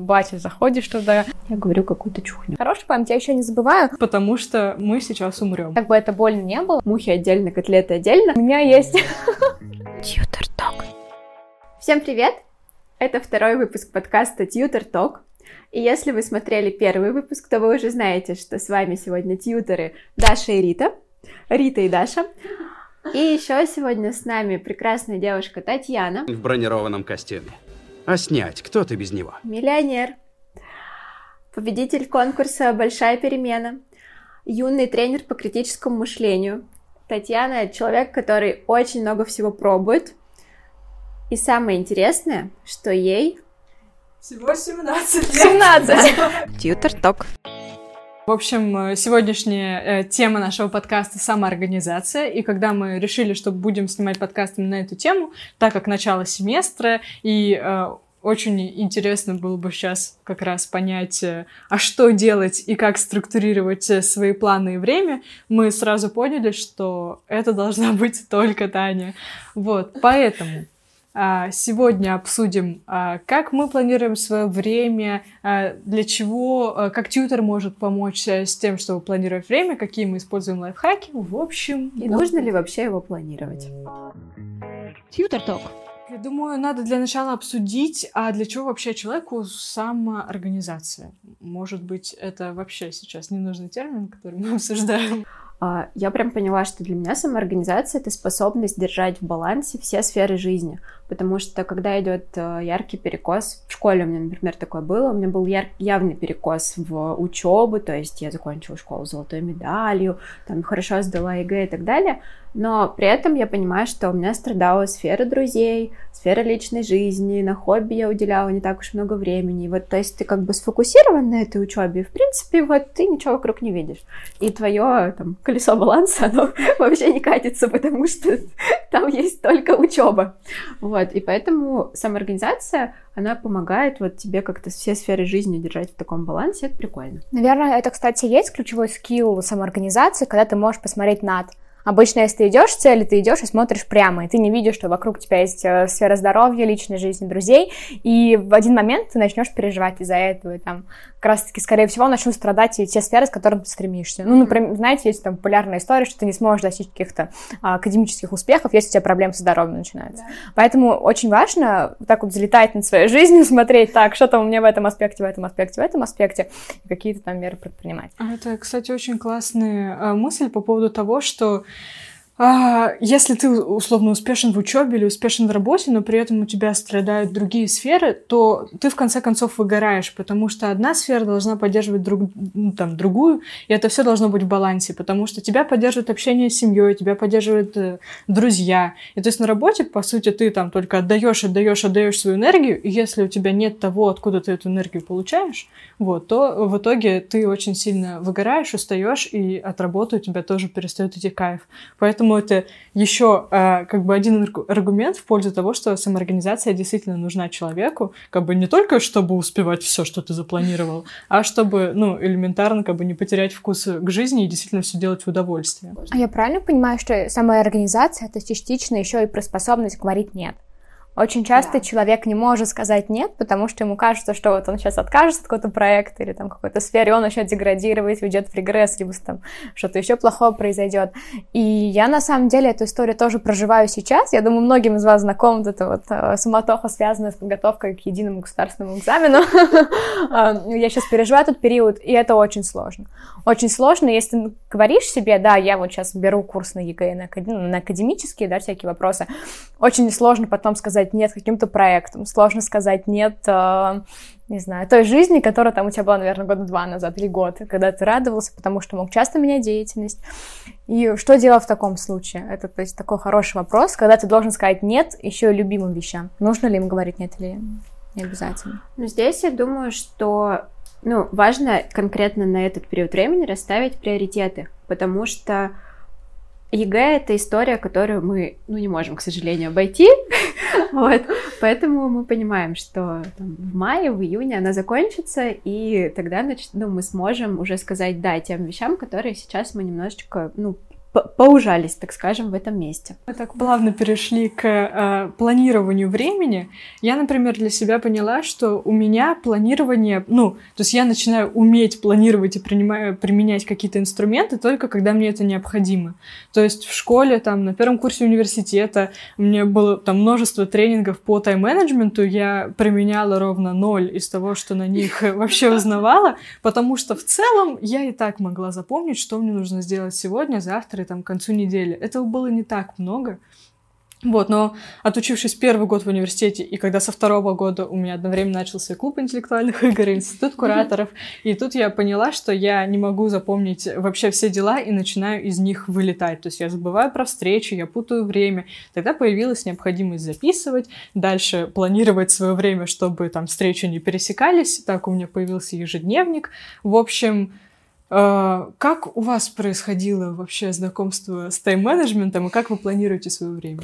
батя, заходишь туда. Я говорю какую-то чухню. Хорошая память, я еще не забываю. Потому что мы сейчас умрем. Как бы это больно не было. Мухи отдельно, котлеты отдельно. У меня есть Tutor Talk. Всем привет! Это второй выпуск подкаста Tutor Talk. И если вы смотрели первый выпуск, то вы уже знаете, что с вами сегодня тьюторы Даша и Рита. Рита и Даша. И еще сегодня с нами прекрасная девушка Татьяна. В бронированном костюме. А снять кто ты без него? Миллионер. Победитель конкурса «Большая перемена». Юный тренер по критическому мышлению. Татьяна — человек, который очень много всего пробует. И самое интересное, что ей... Всего 17 лет. 17. Tutor Talk. В общем, сегодняшняя тема нашего подкаста — самоорганизация. И когда мы решили, что будем снимать подкаст именно на эту тему, так как начало семестра, и очень интересно было бы сейчас как раз понять, а что делать и как структурировать свои планы и время, мы сразу поняли, что это должна быть только Таня. Вот, поэтому... Сегодня обсудим, как мы планируем свое время, для чего, как тьютор может помочь с тем, чтобы планировать время, какие мы используем лайфхаки. В общем... И нужно ли вообще его планировать? Tutor Talk. Я думаю, надо для начала обсудить, а для чего вообще человеку самоорганизация? Может быть, это вообще сейчас ненужный термин, который мы обсуждаем. Я прям поняла, что для меня самоорганизация — это способность держать в балансе все сферы жизни. Потому что, когда идет яркий перекос, в школе у меня, например, такое было, у меня был явный перекос в учебу, то есть я закончила школу с золотой медалью, там хорошо сдала ЕГЭ и так далее, но при этом я понимаю, что у меня страдала сфера друзей, сфера личной жизни, на хобби я уделяла не так уж много времени. И вот, то есть ты как бы сфокусирован на этой учебе, и, в принципе, вот ты ничего вокруг не видишь. И твое там колесо баланса, оно вообще не катится, потому что там есть только учеба. Вот, и поэтому самоорганизация, она помогает вот тебе как-то все сферы жизни держать в таком балансе, это прикольно. Наверное, это, кстати, есть ключевой скилл самоорганизации, когда ты можешь посмотреть над. Обычно, если ты идешь к цели, ты идешь и смотришь прямо, и ты не видишь, что вокруг тебя есть сфера здоровья, личной жизни, друзей, и в один момент ты начнешь переживать из-за этого, и там как раз-таки, скорее всего, начнут страдать и те сферы, к которым ты стремишься. Ну, например, знаете, есть там популярная история, что ты не сможешь достичь каких-то академических успехов, если у тебя проблемы со здоровьем начинаются. Да. Поэтому очень важно вот так вот залетать над своей жизнью, смотреть, так, что там у меня в этом аспекте, и какие-то там меры предпринимать. Это, кстати, очень классная мысль по поводу того, что если ты условно успешен в учебе или успешен в работе, но при этом у тебя страдают другие сферы, то ты в конце концов выгораешь, потому что одна сфера должна поддерживать другую, и это все должно быть в балансе, потому что тебя поддерживает общение с семьей, тебя поддерживают друзья. И то есть на работе, по сути, ты там только отдаешь свою энергию, и если у тебя нет того, откуда ты эту энергию получаешь, вот, то в итоге ты очень сильно выгораешь, устаешь, и от работы у тебя тоже перестает идти кайф. Поэтому это еще как бы один аргумент в пользу того, что самоорганизация действительно нужна человеку, как бы не только чтобы успевать все, что ты запланировал, а чтобы, элементарно как бы не потерять вкус к жизни и действительно все делать в удовольствие. А я правильно понимаю, что самоорганизация — это частично еще и про способность говорить «нет»? Очень часто человек не может сказать «нет», потому что ему кажется, что вот он сейчас откажется от какого-то проекта или там какой-то сфере, он начнет деградировать, уйдет в регресс, либо там что-то еще плохое произойдет. И я на самом деле эту историю тоже проживаю сейчас. Я думаю, многим из вас знакома вот эта вот суматоха, связанная с подготовкой к единому государственному экзамену. Я сейчас переживаю этот период, и это очень сложно. Очень сложно, если ты говоришь себе, да, я вот сейчас беру курс на ЕГЭ, на академические, да, всякие вопросы. Очень сложно потом сказать нет каким-то проектам, сложно сказать нет, не знаю, той жизни, которая там у тебя была, наверное, года 2 назад или год, когда ты радовался, потому что мог часто менять деятельность. И что делать в таком случае? Это, то есть, такой хороший вопрос, когда ты должен сказать нет еще и любимым вещам. Нужно ли им говорить нет или не обязательно? Здесь я думаю, что важно конкретно на этот период времени расставить приоритеты, потому что ЕГЭ — это история, которую мы, не можем, к сожалению, обойти, вот, поэтому мы понимаем, что там, в мае, в июне она закончится, и тогда мы сможем уже сказать «да» тем вещам, которые сейчас мы немножечко, поужались, так скажем, в этом месте. Мы так плавно перешли к планированию времени. Я, например, для себя поняла, что у меня планирование, то есть я начинаю уметь планировать и применять какие-то инструменты только когда мне это необходимо. То есть в школе, там, на первом курсе университета у меня было там множество тренингов по тайм-менеджменту, я применяла ровно 0 из того, что на них вообще узнавала, потому что в целом я и так могла запомнить, что мне нужно сделать сегодня, завтра и там к концу недели. Этого было не так много. Но отучившись первый год в университете, и когда со второго года у меня одновременно начался клуб интеллектуальных игр, институт кураторов, и тут я поняла, что я не могу запомнить вообще все дела и начинаю из них вылетать. То есть я забываю про встречи, я путаю время. Тогда появилась необходимость записывать, дальше планировать свое время, чтобы там встречи не пересекались. Так у меня появился ежедневник. В общем, как у вас происходило вообще знакомство с тайм-менеджментом и как вы планируете свое время?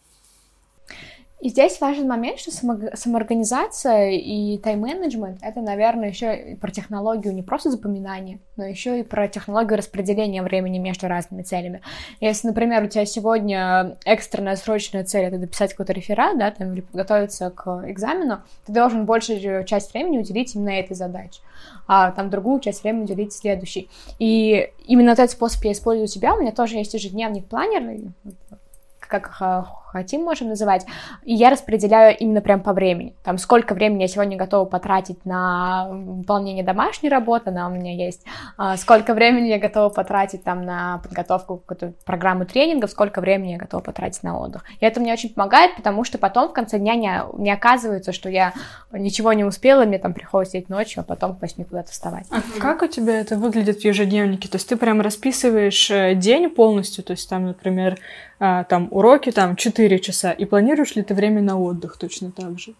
И здесь важен момент, что самоорганизация и тайм-менеджмент — это, наверное, еще и про технологию не просто запоминания, но еще и про технологию распределения времени между разными целями. Если, например, у тебя сегодня экстренная срочная цель — это дописать какой-то реферат, да, там, или подготовиться к экзамену, ты должен большую часть времени уделить именно этой задаче, а там другую часть времени уделить следующей. И именно этот способ я использую у себя. У меня тоже есть ежедневник-планер, как хотим, можем называть, и я распределяю именно прям по времени. Там, сколько времени я сегодня готова потратить на выполнение домашней работы, она у меня есть, сколько времени я готова потратить там на подготовку какой-то программы тренингов, сколько времени я готова потратить на отдых. И это мне очень помогает, потому что потом в конце дня не оказывается, что я ничего не успела, мне там приходится сидеть ночью, а потом к 8 куда-то вставать. А как у тебя это выглядит в ежедневнике? То есть ты прям расписываешь день полностью, то есть там, например, там уроки, там 4 часа, и планируешь ли ты время на отдых точно так же?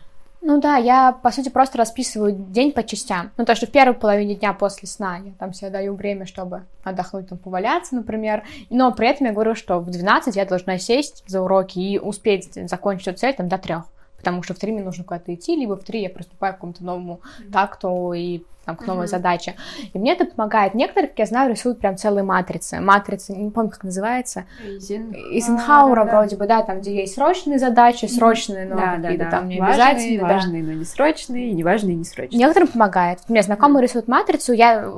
Ну да, я, по сути, просто расписываю день по частям. То, что в первой половине дня после сна я там себе даю время, чтобы отдохнуть, там, поваляться, например, но при этом я говорю, что в 12 я должна сесть за уроки и успеть закончить эту цель там до 3, потому что в 3 мне нужно куда-то идти, либо в 3 я приступаю к какому-то новому такту и там, к новой задаче. И мне это помогает. Некоторые, как я знаю, рисуют прям целые матрицы. Матрицы, не помню, как называется. Эйзенхауэра вроде бы, да, там, где есть срочные задачи, срочные, но какие-то там не обязательные. Важные, но не срочные, и неважные, не срочные. Некоторым помогает. У меня знакомые рисуют матрицу,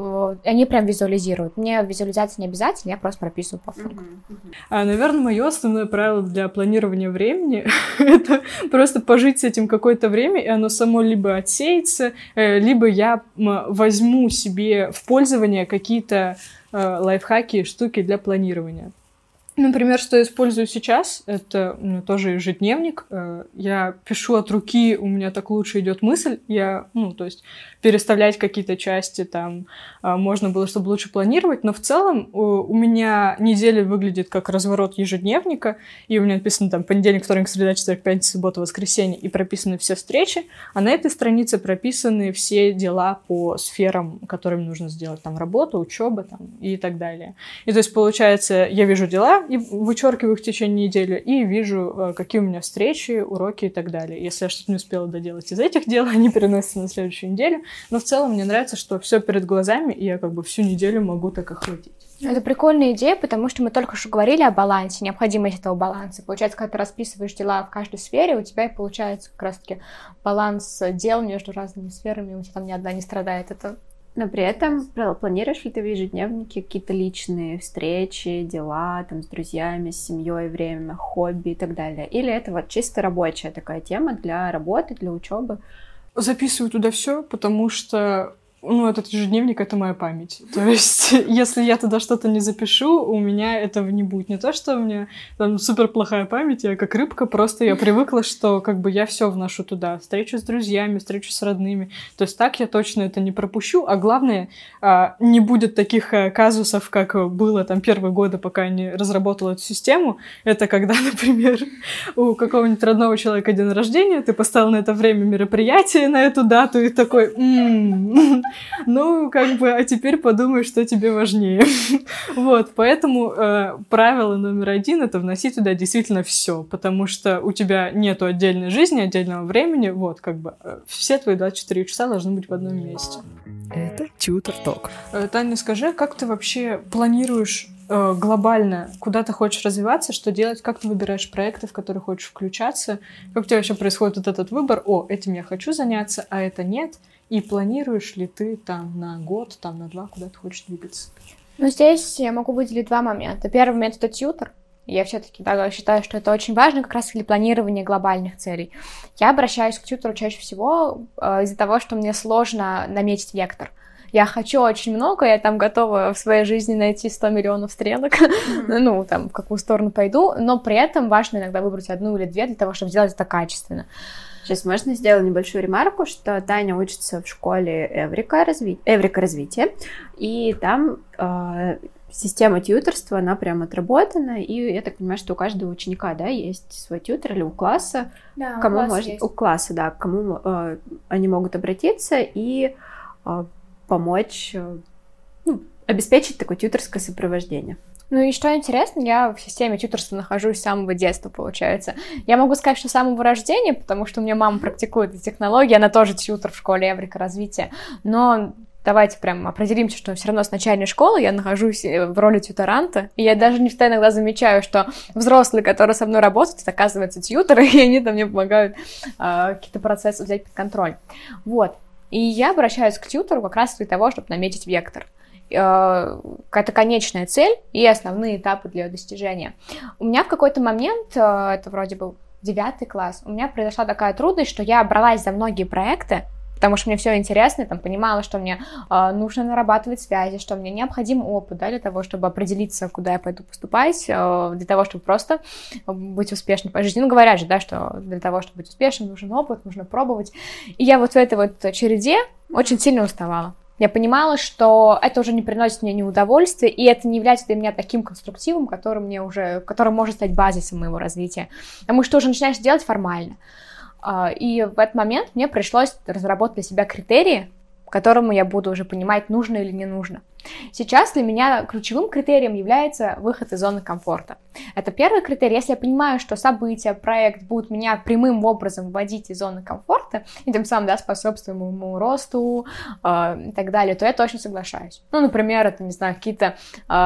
они прям визуализируют. Мне визуализация не обязательно, я просто прописываю по факту. Наверное, мое основное правило для планирования времени — это просто пожить с этим какое-то время, и оно само либо отсеется, либо я возьму себе в пользование какие-то лайфхаки, штуки для планирования. Например, что я использую сейчас, это у меня тоже ежедневник. Я пишу от руки, у меня так лучше идет мысль. То есть переставлять какие-то части там можно было, чтобы лучше планировать. Но в целом у меня неделя выглядит как разворот ежедневника. И у меня написано там понедельник, вторник, среда, четверг, пятница, суббота, воскресенье. И прописаны все встречи. А на этой странице прописаны все дела по сферам, которым нужно сделать. Там работа, учеба там, и так далее. И то есть получается, я вижу дела, и вычеркиваю их в течение недели, и вижу, какие у меня встречи, уроки и так далее. Если я что-то не успела доделать из этих дел, они переносятся на следующую неделю. Но в целом мне нравится, что все перед глазами, и я как бы всю неделю могу так охватить. Это прикольная идея, потому что мы только что говорили о балансе, необходимости этого баланса. Получается, когда ты расписываешь дела в каждой сфере, у тебя и получается как раз-таки баланс дел между разными сферами, у тебя там ни одна не страдает. Это... Но при этом планируешь ли ты в ежедневнике какие-то личные встречи, дела там с друзьями, с семьей, время, хобби и так далее? Или это вот чисто рабочая такая тема для работы, для учебы? Записываю туда все, потому что этот ежедневник — это моя память. То есть, если я туда что-то не запишу, у меня этого не будет. Не то, что у меня там супер плохая память, я как рыбка, просто я привыкла, что как бы я все вношу туда. Встречу с друзьями, встречу с родными. То есть так я точно это не пропущу. А главное, не будет таких казусов, как было там первые годы, пока я не разработала эту систему. Это когда, например, у какого-нибудь родного человека день рождения, ты поставил на это время мероприятие, на эту дату, и такой... а теперь подумай, что тебе важнее. Вот, поэтому правило номер 1 — это вносить туда действительно все, потому что у тебя нету отдельной жизни, отдельного времени, вот, как бы все твои 24 часа должны быть в одном месте. Это Tutor Talk. Таня, скажи, как ты вообще планируешь глобально, куда ты хочешь развиваться, что делать, как ты выбираешь проекты, в которые хочешь включаться, как у тебя вообще происходит вот этот выбор, этим я хочу заняться, а это нет, и планируешь ли ты там на год, там на 2, куда ты хочешь двигаться? Ну, здесь я могу выделить 2 момента. Первый момент — это тьютор. Я все-таки считаю, что это очень важно как раз для планирования глобальных целей. Я обращаюсь к тьютору чаще всего из-за того, что мне сложно наметить вектор. Я хочу очень много, я там готова в своей жизни найти 100 миллионов стрелок, ну, там, в какую сторону пойду, но при этом важно иногда выбрать 1 или 2 для того, чтобы сделать это качественно. Сейчас можно сделать небольшую ремарку, что Таня учится в школе Эврика развития, и там система тьюторства, она прям отработана, и я так понимаю, что у каждого ученика, да, есть свой тьютор или у класса, да, кому у класса, да, к кому они могут обратиться и помочь, обеспечить такое тьюторское сопровождение. Ну и что интересно, я в системе тьюторства нахожусь с самого детства, получается. Я могу сказать, что с самого рождения, потому что у меня мама практикует эти технологии, она тоже тьютор в школе Эврика развития, но давайте прям определимся, что все равно с начальной школы я нахожусь в роли тьюторанта, и я даже не всегда иногда замечаю, что взрослые, которые со мной работают, это, оказывается, тьюторы, и они там мне помогают какие-то процессы взять под контроль. Вот. И я обращаюсь к тьютору как раз для того, чтобы наметить вектор. Это конечная цель и основные этапы для ее достижения. У меня в какой-то момент, это вроде был 9 класс, у меня произошла такая трудность, что я бралась за многие проекты, потому что мне все интересно, я там понимала, что мне нужно нарабатывать связи, что мне необходим опыт, да, для того, чтобы определиться, куда я пойду поступать, для того, чтобы просто быть успешной по жизни. Ну, говорят же, да, что для того, чтобы быть успешным, нужен опыт, нужно пробовать. И я вот в этой вот череде очень сильно уставала. Я понимала, что это уже не приносит мне ни удовольствия, и это не является для меня таким конструктивом, который может стать базисом моего развития. Потому что уже начинаешь делать формально. И в этот момент мне пришлось разработать для себя критерии, по которому я буду уже понимать, нужно или не нужно. Сейчас для меня ключевым критерием является выход из зоны комфорта. Это первый критерий. Если я понимаю, что события, проект будут меня прямым образом вводить из зоны комфорта, и тем самым, да, способствует моему росту и так далее, то я точно соглашаюсь. Ну, например, это, не знаю, какие-то...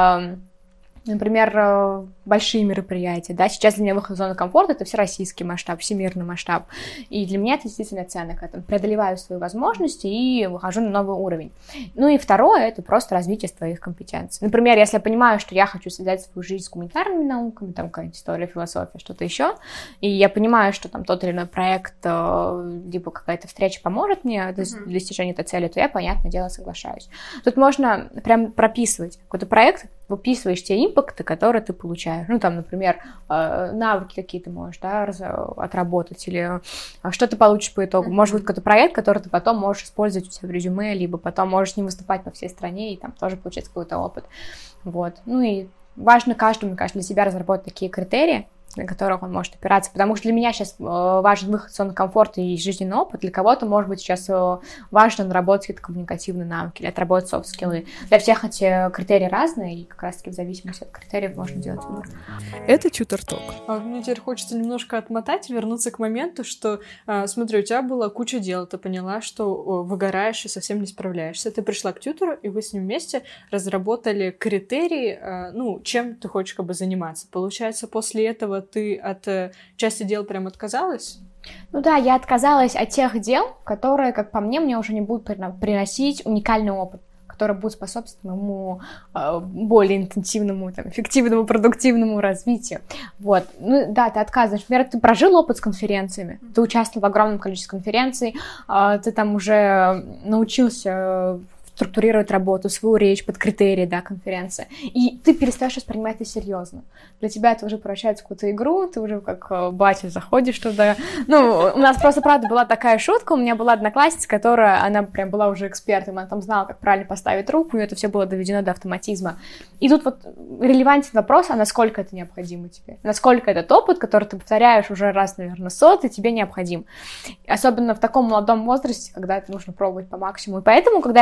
Например, большие мероприятия, да, сейчас для меня выход из зоны комфорта — это всероссийский масштаб, всемирный масштаб, и для меня это действительно ценно, когда я преодолеваю свои возможности и выхожу на новый уровень. Ну и второе — это просто развитие своих компетенций. Например, если я понимаю, что я хочу связать свою жизнь с гуманитарными науками, там какая-нибудь история, философия, что-то еще, и я понимаю, что там тот или иной проект, либо какая-то встреча поможет мне для достижения этой цели, то я, понятное дело, соглашаюсь. Тут можно прям прописывать какой-то проект, выписываешь те импакты, которые ты получаешь. Ну, там, например, навыки какие ты можешь, да, отработать, или что ты получишь по итогу. Может быть, какой-то проект, который ты потом можешь использовать у себя в резюме, либо потом можешь с ним выступать по всей стране и там тоже получать какой-то опыт. Вот. Ну и важно каждому, мне кажется, для себя разработать такие критерии, на которых он может опираться, потому что для меня сейчас важен выход из зоны комфорта и жизненный опыт, для кого-то, может быть, сейчас важно наработать какие-то коммуникативные навыки или отработать софт-скиллы. Для всех эти критерии разные, и как раз-таки в зависимости от критериев можно делать выбор. Это тьютор-ток. Мне теперь хочется немножко отмотать и вернуться к моменту, что, смотри, у тебя была куча дел, ты поняла, что выгораешь и совсем не справляешься. Ты пришла к тьютору, и вы с ним вместе разработали критерии, чем ты хочешь как бы заниматься. Получается, после этого ты от части дел прям отказалась? Ну да, я отказалась от тех дел, которые, как по мне уже не будут приносить уникальный опыт, который будет способствовать моему более интенсивному, там, эффективному, продуктивному развитию. Вот. Ну да, ты отказываешь. Например, ты прожил опыт с конференциями, ты участвовал в огромном количестве конференций, ты там уже научился структурировать работу, свою речь под критерии, да, конференции. И ты перестаешь воспринимать это серьезно. Для тебя это уже превращается в какую-то игру, ты уже как батя заходишь туда. Ну, у нас просто, правда, была такая шутка, у меня была одноклассница, которая, она прям была уже экспертом, она там знала, как правильно поставить руку, и это все было доведено до автоматизма. И тут вот релевантен вопрос, а насколько это необходимо тебе? Насколько этот опыт, который ты повторяешь уже раз, наверное, 100, тебе необходим? Особенно в таком молодом возрасте, когда это нужно пробовать по максимуму. И поэтому, когда я понимаю,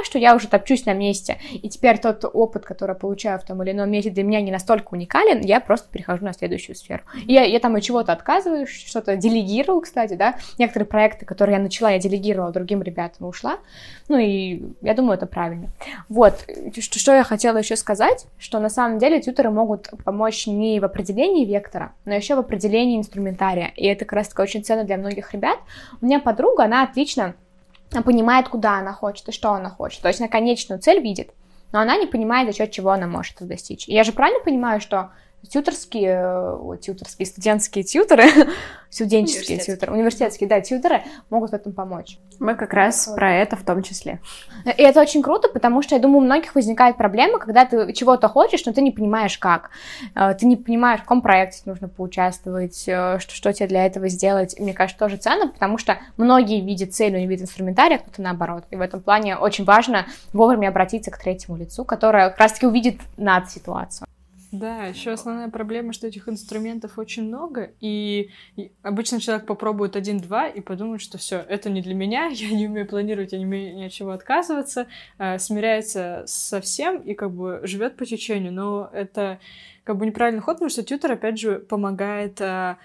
что я уже топчусь на месте, и теперь тот опыт, который я получаю в том или ином месте, для меня не настолько уникален, я просто перехожу на следующую сферу. И я там от чего-то отказываюсь, что-то делегирую, кстати, да, некоторые проекты, которые я начала, я делегировала другим ребятам и ушла, ну и я думаю, это правильно. Вот, что я хотела еще сказать, что на самом деле тьюторы могут помочь не в определении вектора, но еще в определении инструментария, и это как раз-таки очень ценно для многих ребят. У меня подруга, она отлично понимает, куда она хочет и что она хочет, то есть она конечную цель видит, но она не понимает, за счет чего она может это достичь. И я же правильно понимаю, что студентские тьюторы, студенческие тьюторы, университетские, да, тьюторы могут в этом помочь. Мы как раз про это в том числе. И это очень круто, потому что, я думаю, у многих возникает проблема, когда ты чего-то хочешь, но ты не понимаешь, как. Ты не понимаешь, в каком проекте нужно поучаствовать, что тебе для этого сделать. И мне кажется, тоже ценно, потому что многие видят цель, но не видят инструментария, кто-то наоборот. И в этом плане очень важно вовремя обратиться к третьему лицу, которое как раз-таки увидит над ситуацию. Да, еще основная проблема, что этих инструментов очень много, и обычно человек попробует 1-2 и подумает, что все, это не для меня, я не умею планировать, я не умею ни от чего отказываться, смиряется со всем и как бы живет по течению, но это как бы неправильный ход, потому что тьютор, опять же, помогает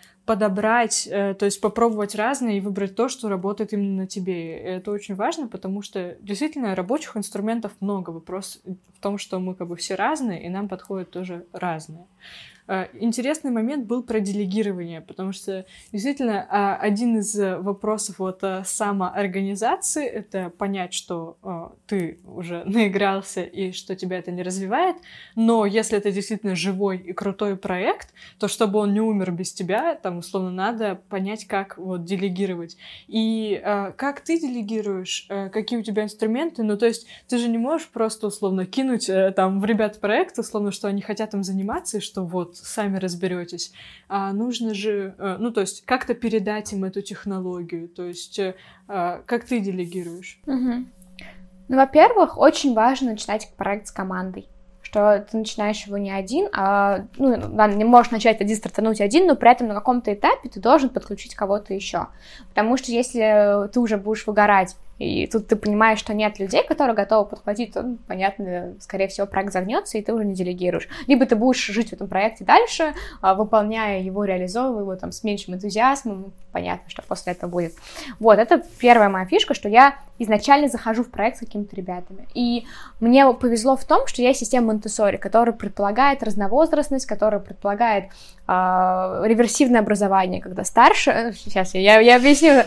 подобрать, то есть попробовать разное и выбрать то, что работает именно на тебе. И это очень важно, потому что действительно рабочих инструментов много. Вопрос в том, что мы как бы все разные, и нам подходят тоже разные. Интересный момент был про делегирование, потому что действительно один из вопросов вот самоорганизации — это понять, что ты уже наигрался и что тебя это не развивает, но если это действительно живой и крутой проект, то чтобы он не умер без тебя, там условно надо понять, как вот делегировать. И как ты делегируешь, какие у тебя инструменты, ну то есть ты же не можешь просто условно кинуть там в ребят проект, условно, что они хотят им заниматься, и что вот сами разберетесь, а нужно же, ну, то есть как-то передать им эту технологию, то есть как ты делегируешь? Ну, во-первых, очень важно начинать проект с командой, что ты начинаешь его не один, ну, ладно, не можешь начать один, стартануть один, но при этом на каком-то этапе ты должен подключить кого-то еще, потому что если ты уже будешь выгорать, и тут ты понимаешь, что нет людей, которые готовы подхватить, то, понятно, скорее всего, проект загнется, и ты уже не делегируешь. Либо ты будешь жить в этом проекте дальше, выполняя его, реализовывая его там с меньшим энтузиазмом, понятно, что после этого будет. Вот, это первая моя фишка, что я изначально захожу в проект с какими-то ребятами. И мне повезло в том, что есть система Монтессори, которая предполагает разновозрастность, которая предполагает реверсивное образование, когда старше... Сейчас я объясню.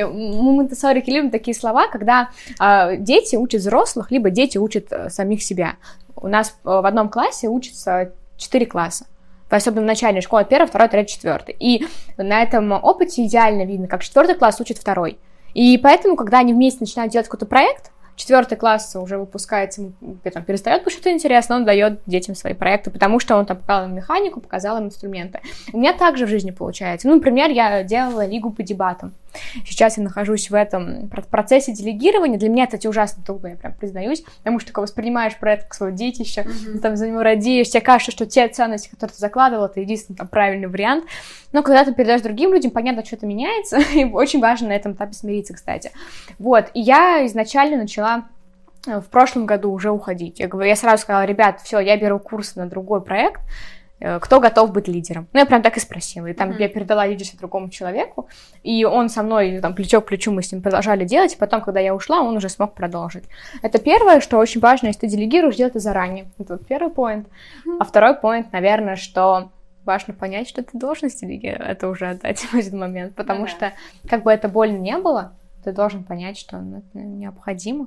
Мы монтессорики любим такие слова, когда дети учат взрослых, либо дети учат самих себя. У нас в одном классе учатся 4 класса. Особенно в начальной школе, 1, 2, 3, 4. И на этом опыте идеально видно, как 4 класс учит 2. И поэтому, когда они вместе начинают делать какой-то проект, 4 класс уже выпускается, там, перестает быть что-то интересно, он дает детям свои проекты, потому что он там показал им механику, показал им инструменты. У меня также в жизни получается. Ну, например, я делала лигу по дебатам. Сейчас я нахожусь в этом процессе делегирования. Для меня это ужасно трудно, я прям признаюсь, потому что ты воспринимаешь проект как свое детище, там за него радеешь, тебе кажется, что те ценности, которые ты закладывал, это единственный там правильный вариант. Но когда ты передаешь другим людям, понятно, что-то меняется, и очень важно на этом этапе смириться, кстати. Вот, и я изначально начала в прошлом году уже уходить. Я сразу сказала: ребят, все, я беру курс на другой проект, кто готов быть лидером. Ну, я прям так и спросила. И там я передала лидерство другому человеку, и он со мной, там, плечо к плечу мы с ним продолжали делать, и потом, когда я ушла, он уже смог продолжить. Это первое, что очень важно, если ты делегируешь, делай это заранее. Это вот первый поинт. А второй поинт, наверное, что важно понять, что ты должен это уже отдать в этот момент, потому что, как бы это больно не было, ты должен понять, что это необходимо.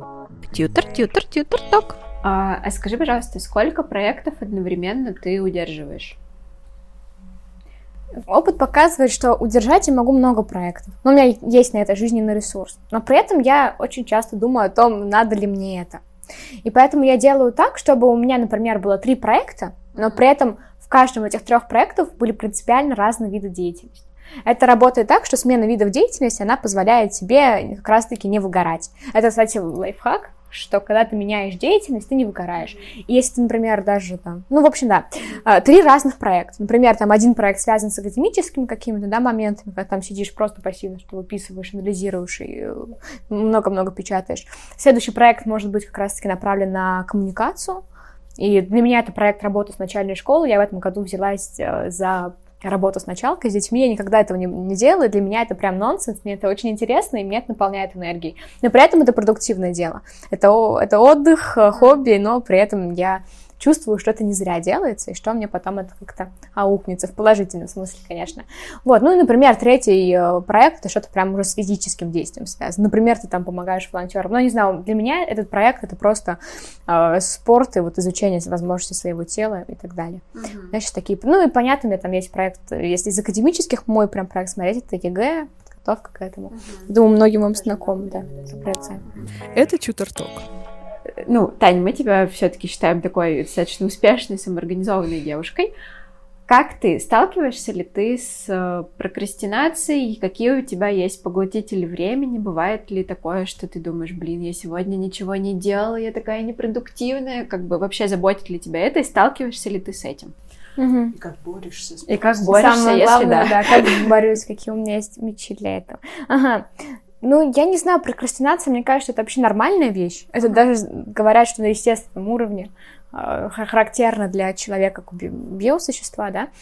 Тьютор-ток. А скажи, пожалуйста, сколько проектов одновременно ты удерживаешь? Опыт показывает, что удержать я могу много проектов. Но у меня есть на это жизненный ресурс. Но при этом я очень часто думаю о том, надо ли мне это. И поэтому я делаю так, чтобы у меня, например, было 3 проекта, но при этом в каждом из этих 3 проектов были принципиально разные виды деятельности. Это работает так, что смена видов деятельности, она позволяет тебе как раз-таки не выгорать. Это, кстати, лайфхак. что когда ты меняешь деятельность, ты не выгораешь. И если ты, например, даже там... Ну, в общем, да. 3 разных проекта. Например, там один проект связан с академическими какими-то, да, моментами, когда там сидишь просто пассивно, что выписываешь, анализируешь и много-много печатаешь. Следующий проект может быть как раз-таки направлен на коммуникацию. И для меня это проект работы с начальной школы. Я в этом году взялась за работу с началкой, с детьми. Я никогда этого не делала, и для меня это прям нонсенс. Мне это очень интересно, и меня это наполняет энергией. Но при этом это продуктивное дело. Это отдых, хобби, но при этом я чувствую, что это не зря делается, и что мне потом это как-то аукнется, в положительном смысле, конечно. Вот, ну и, например, 3-й проект, это что-то прям уже с физическим действием связано. Например, ты там помогаешь волонтерам. Ну, не знаю, для меня этот проект, это просто спорт и вот изучение возможностей своего тела и так далее. Значит, такие... Ну, и понятно, у меня там есть проект, если из академических, мой прям проект смотреть, это ЕГЭ, подготовка к этому. Думаю, многим вам знакомы, да, 100%. Это Тьютор-ток. Ну, Таня, мы тебя все-таки считаем такой достаточно успешной, самоорганизованной девушкой. Как ты? Сталкиваешься ли ты с прокрастинацией? Какие у тебя есть поглотители времени? Бывает ли такое, что ты думаешь, блин, я сегодня ничего не делала, я такая непродуктивная? Как бы вообще заботит ли тебя это? И сталкиваешься ли ты с этим? И как борешься с И как борешься, Самое если главное, да. как борюсь, какие у меня есть мечи для этого. Ага. Ну, я не знаю, прокрастинация, мне кажется, это вообще нормальная вещь. Это даже говорят, что на естественном уровне характерно для человека как биосущества, да.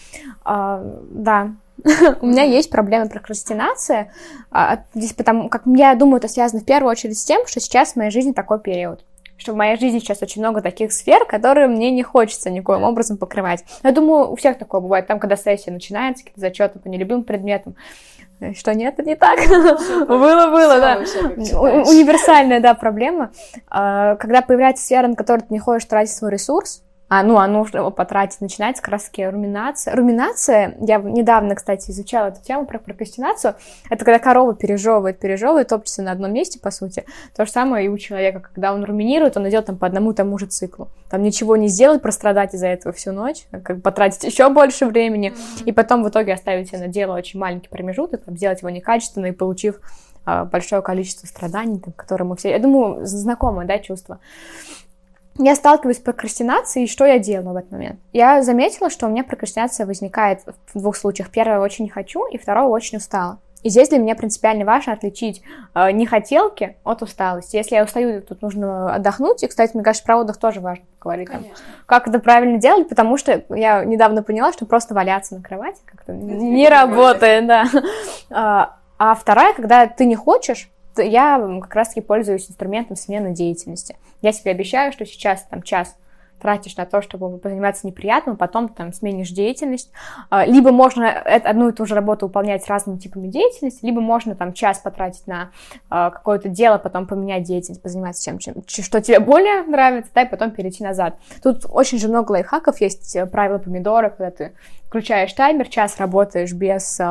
Да. У меня есть проблемы прокрастинации. Здесь потому, как я думаю, это связано в первую очередь с тем, что сейчас в моей жизни такой период. Что в моей жизни сейчас очень много таких сфер, которые мне не хочется никоим образом покрывать. Я думаю, у всех такое бывает. Там, когда сессия начинается, какие-то зачеты по нелюбимым предметам. Что нет, это не так. Было, да. Универсальная, да, проблема. Когда появляется сфера, на которую ты не хочешь тратить свой ресурс, нужно его потратить, начинается как раз-таки руминация. Руминация, я недавно, кстати, изучала эту тему про прокрастинацию, это когда корова пережевывает, топчется на одном месте, по сути. То же самое и у человека, когда он руминирует, он идет там по одному и тому же циклу. Там ничего не сделать, прострадать из-за этого всю ночь, как бы потратить еще больше времени, и потом в итоге оставить себе на дело очень маленький промежуток, сделать его некачественно и получив большое количество страданий, которые мы все... Я думаю, знакомое, да, чувство. Я сталкиваюсь с прокрастинацией, и что я делаю в этот момент? Я заметила, что у меня прокрастинация возникает в 2 случаях. Первое, очень не хочу, и второе, очень устала. И здесь для меня принципиально важно отличить нехотелки от усталости. Если я устаю, тут нужно отдохнуть. И, кстати, мне кажется, про отдых тоже важно поговорить. Там, как это правильно делать, потому что я недавно поняла, что просто валяться на кровати как-то не работает, да. А вторая, когда ты не хочешь, я как раз-таки пользуюсь инструментом смены деятельности. Я себе обещаю, что сейчас там час тратишь на то, чтобы позаниматься неприятным, потом там сменишь деятельность. Либо можно одну и ту же работу выполнять разными типами деятельности, либо можно там час потратить на какое-то дело, потом поменять деятельность, позаниматься чем что тебе более нравится, да, и потом перейти назад. Тут очень же много лайфхаков, есть правило помидора, когда ты включаешь таймер, час работаешь без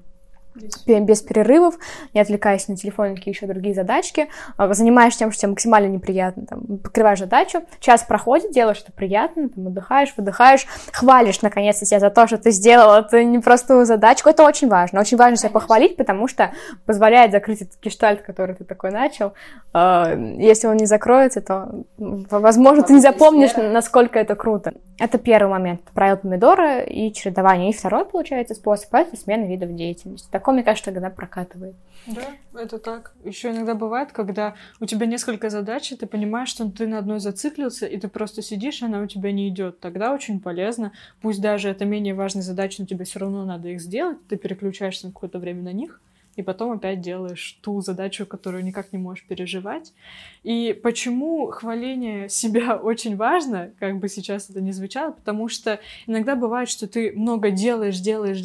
перерывов, не отвлекаясь на телефон или еще другие задачки, занимаешься тем, что тебе максимально неприятно, там, покрываешь задачу, час проходит, делаешь что приятно, там, отдыхаешь, выдыхаешь, хвалишь, наконец-то, себя за то, что ты сделала эту непростую задачку. Это очень важно себя похвалить, потому что позволяет закрыть этот гештальт, который ты такой начал. Если он не закроется, то, возможно, ты не запомнишь, насколько это круто. Это первый момент, правило помидора и чередование. И второй, получается, способ — это смена видов деятельности. Такое, мне кажется, тогда прокатывает. Да, это так. Еще иногда бывает, когда у тебя несколько задач, и ты понимаешь, что ты на одной зациклился, и ты просто сидишь, и она у тебя не идет. Тогда очень полезно. Пусть даже это менее важные задачи, но тебе все равно надо их сделать. Ты переключаешься на какое-то время на них, и потом опять делаешь ту задачу, которую никак не можешь переживать. И почему хваление себя очень важно, как бы сейчас это ни звучало, потому что иногда бывает, что ты много делаешь,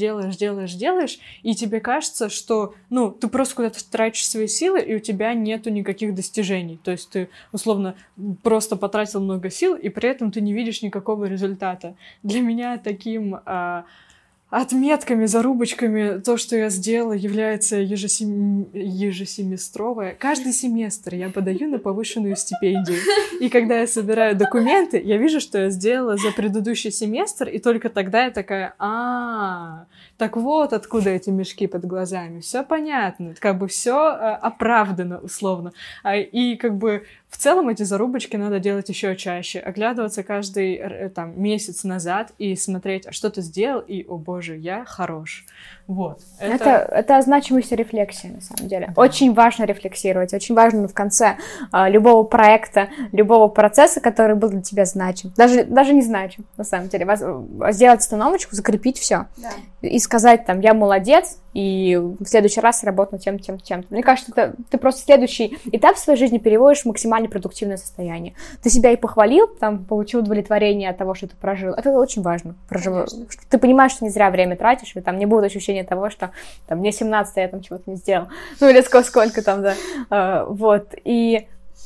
и тебе кажется, что, ты просто куда-то тратишь свои силы, и у тебя нету никаких достижений. То есть ты, условно, просто потратил много сил, и при этом ты не видишь никакого результата. Для меня таким отметками, зарубочками то, что я сделала, является ежесеместровое. Каждый семестр я подаю на повышенную стипендию. И когда я собираю документы, я вижу, что я сделала за предыдущий семестр, и только тогда я такая: так вот откуда эти мешки под глазами. Все понятно, как бы все оправдано условно. И как бы В целом эти зарубочки надо делать еще чаще, оглядываться каждый там, месяц назад и смотреть, а что ты сделал, и, о боже, я хорош. Вот. Это о значимости рефлексии, на самом деле. Да. Очень важно рефлексировать, очень важно в конце любого проекта, любого процесса, который был для тебя значим, даже не значим, на самом деле, сделать остановочку, закрепить все и сказать там, я молодец, и в следующий раз работаю тем. Мне кажется, ты просто следующий этап в своей жизни переводишь в максимально продуктивное состояние. Ты себя и похвалил, там, получил удовлетворение от того, что ты прожил. Это очень важно. Ты понимаешь, что не зря время тратишь, и там не будет ощущения того, что там, мне 17, я там чего-то не сделал. Ну, или сколько там, да. Вот, и...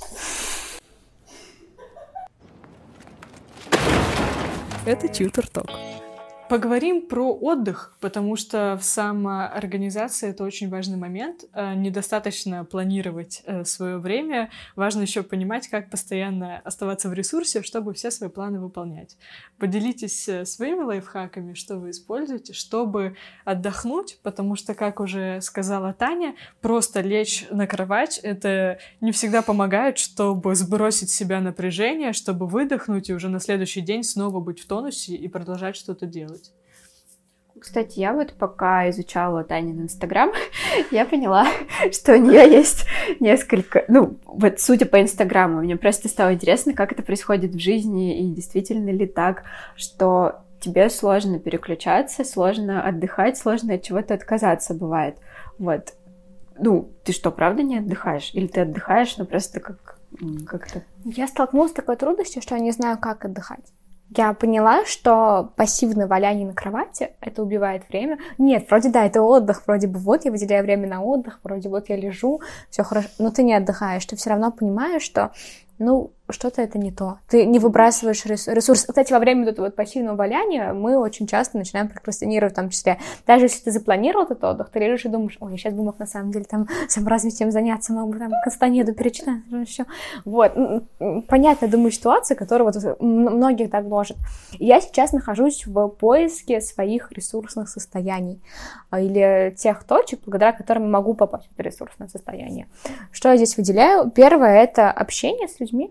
Это Tutor Talk. Поговорим про отдых, потому что в самоорганизации это очень важный момент. Недостаточно планировать свое время, важно еще понимать, как постоянно оставаться в ресурсе, чтобы все свои планы выполнять. Поделитесь своими лайфхаками, что вы используете, чтобы отдохнуть, потому что, как уже сказала Таня, просто лечь на кровать — это не всегда помогает, чтобы сбросить с себя напряжение, чтобы выдохнуть и уже на следующий день снова быть в тонусе и продолжать что-то делать. Кстати, я вот пока изучала Танин Инстаграм, я поняла, что у нее есть несколько... Ну, вот судя по Инстаграму, мне просто стало интересно, как это происходит в жизни, и действительно ли так, что тебе сложно переключаться, сложно отдыхать, сложно от чего-то отказаться бывает. Вот. Ну, ты что, правда не отдыхаешь? Или ты отдыхаешь, но просто как-то... Я столкнулась с такой трудностью, что я не знаю, как отдыхать. Я поняла, что пассивное валяние на кровати — это убивает время. Нет, вроде да, это отдых, вроде бы вот я выделяю время на отдых, вроде вот я лежу, все хорошо, но ты не отдыхаешь, ты все равно понимаешь, что, ну, что-то это не то. Ты не выбрасываешь ресурс. Кстати, во время этого вот пассивного валяния мы очень часто начинаем прокрастинировать, в том числе. Даже если ты запланировал этот отдых, ты лежишь и думаешь, ой, я сейчас бы мог на самом деле там саморазвитием заняться, мог бы там Кастанеду перечитать, все. Вот. Понятно, думаю, ситуация, которая вот многих так гложет. Я сейчас нахожусь в поиске своих ресурсных состояний или тех точек, благодаря которым я могу попасть в это ресурсное состояние. Что я здесь выделяю? Первое — это общение с людьми.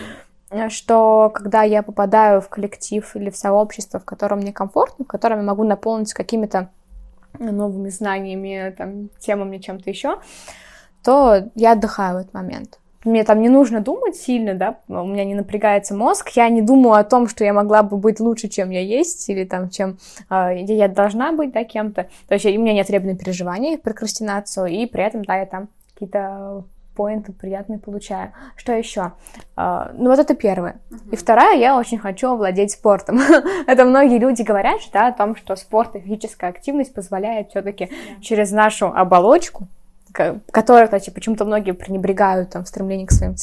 Что когда я попадаю в коллектив или в сообщество, в котором мне комфортно, в котором я могу наполниться какими-то новыми знаниями, там, темами, чем-то еще, то я отдыхаю в этот момент. Мне там не нужно думать сильно, да, у меня не напрягается мозг, я не думаю о том, что я могла бы быть лучше, чем я есть, или там, чем я должна быть, да, кем-то. То есть у меня нет требований переживаний, прокрастинацию, и при этом, да, я там какие-то поинты приятные получаю. Что еще? Ну, вот это первое. И вторая, я очень хочу овладеть спортом. Это многие люди говорят, да, о том, что спорт и физическая активность позволяет все-таки через нашу оболочку, которую, кстати, почему-то многие пренебрегают там, в стремлении к своим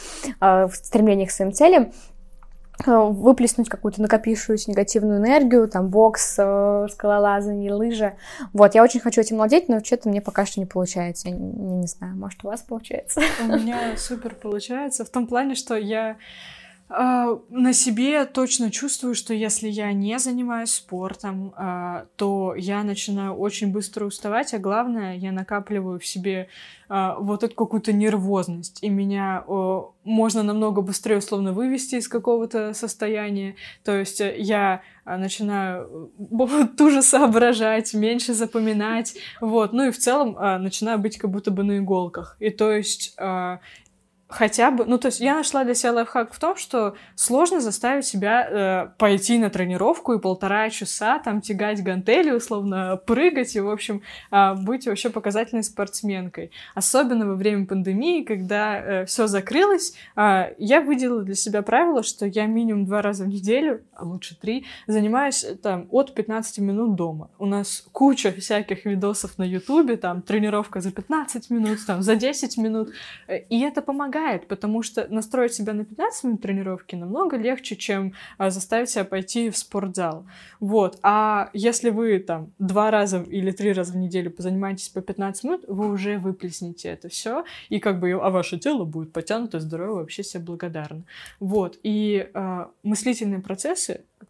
целям, выплеснуть какую-то накопившуюся негативную энергию, там, бокс, скалолазание, лыжи. Вот, я очень хочу этим владеть, но что-то мне пока что не получается. Я не знаю, может, у вас получается? У меня супер получается, в том плане, что я на себе точно чувствую, что если я не занимаюсь спортом, то я начинаю очень быстро уставать, а главное, я накапливаю в себе вот эту какую-то нервозность, и меня можно намного быстрее условно вывести из какого-то состояния, то есть я начинаю туже соображать, меньше запоминать, вот, ну и в целом начинаю быть как будто бы на иголках, и то есть... Хотя бы, ну, то есть я нашла для себя лайфхак в том, что сложно заставить себя пойти на тренировку и 1,5 часа там тягать гантели, условно, прыгать и, в общем, быть вообще показательной спортсменкой. Особенно во время пандемии, когда все закрылось, я выделила для себя правило, что я минимум 2 раза в неделю, а лучше 3, занимаюсь там от 15 минут дома. У нас куча всяких видосов на Ютубе, там тренировка за 15 минут, там за 10 минут, и это помогает. Потому что настроить себя на 15 минут тренировки намного легче, чем заставить себя пойти в спортзал. Вот. А если вы там 2 раза или 3 раза в неделю позанимаетесь по 15 минут, вы уже выплеснете это все, и как бы ваше тело будет подтянуто, здоровое, вообще себе благодарно. Вот. И мыслительные процессы,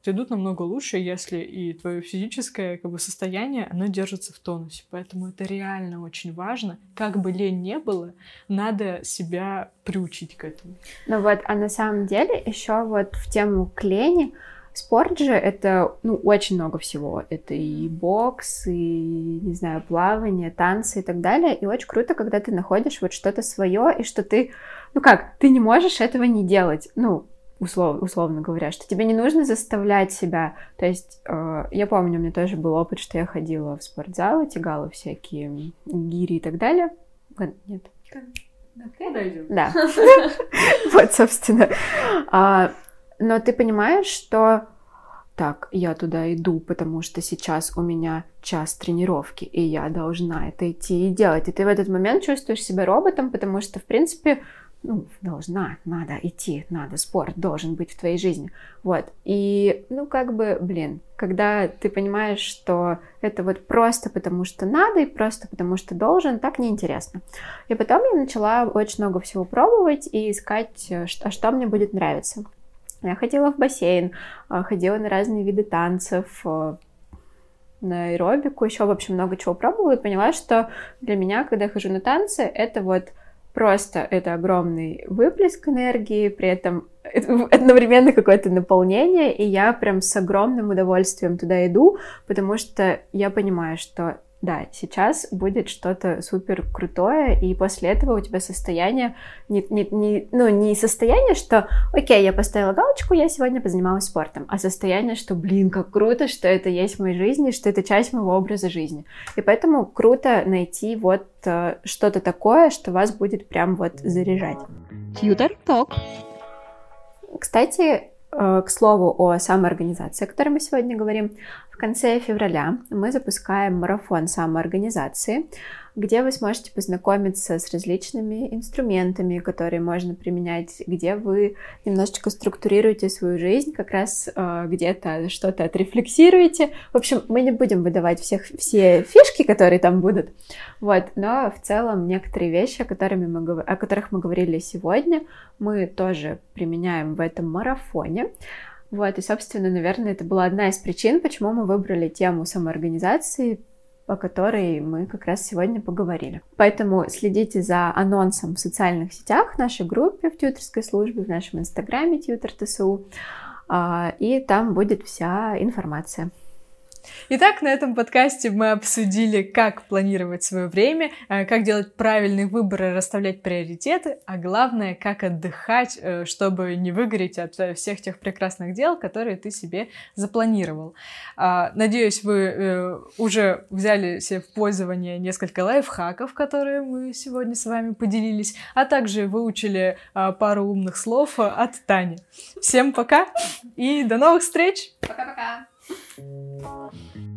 идут намного лучше, если и твое физическое состояние, оно держится в тонусе. Поэтому это реально очень важно. Как бы лень не было, надо себя приучить к этому. Ну вот, а на самом деле еще вот в тему к лени, спорт же это, очень много всего. Это и бокс, и, не знаю, плавание, танцы и так далее. И очень круто, когда ты находишь вот что-то свое, и что ты, ты не можешь этого не делать. Условно говоря, что тебе не нужно заставлять себя. То есть, я помню, у меня тоже был опыт, что я ходила в спортзал, тягала всякие гири и так далее. Нет. Подойдем. Да. Вот, собственно. Но ты понимаешь, что так, я туда иду, потому что сейчас у меня час тренировки, и я должна это идти и делать. И ты в этот момент чувствуешь себя роботом, потому что, в принципе, надо идти, спорт должен быть в твоей жизни. Вот. И, когда ты понимаешь, что это вот просто потому что надо и просто потому что должен, так неинтересно. И потом я начала очень много всего пробовать и искать, что мне будет нравиться. Я ходила в бассейн, ходила на разные виды танцев, на аэробику, еще, в общем, много чего пробовала и поняла, что для меня, когда я хожу на танцы, это вот просто это огромный выплеск энергии, при этом одновременно какое-то наполнение, и я прям с огромным удовольствием туда иду, потому что я понимаю, что да, сейчас будет что-то супер крутое, и после этого у тебя состояние, не состояние, что окей, я поставила галочку, я сегодня позанималась спортом, а состояние, что, как круто, что это есть в моей жизни, что это часть моего образа жизни. И поэтому круто найти вот что-то такое, что вас будет прям вот заряжать. Tutor Talk. Кстати, к слову о самоорганизации, о которой мы сегодня говорим, в конце февраля мы запускаем марафон самоорганизации, где вы сможете познакомиться с различными инструментами, которые можно применять, где вы немножечко структурируете свою жизнь, как раз где-то что-то отрефлексируете. В общем, мы не будем выдавать все фишки, которые там будут, вот, но в целом некоторые вещи, о которых мы говорили сегодня, мы тоже применяем в этом марафоне. Вот, и, собственно, наверное, это была одна из причин, почему мы выбрали тему самоорганизации, о которой мы как раз сегодня поговорили. Поэтому следите за анонсом в социальных сетях, в нашей группе в тьюторской службе, в нашем инстаграме TutorTSU, и там будет вся информация. Итак, на этом подкасте мы обсудили, как планировать свое время, как делать правильные выборы, расставлять приоритеты, а главное, как отдыхать, чтобы не выгореть от всех тех прекрасных дел, которые ты себе запланировал. Надеюсь, вы уже взяли себе в пользование несколько лайфхаков, которые мы сегодня с вами поделились, а также выучили пару умных слов от Тани. Всем пока и до новых встреч! Пока-пока! Thank you.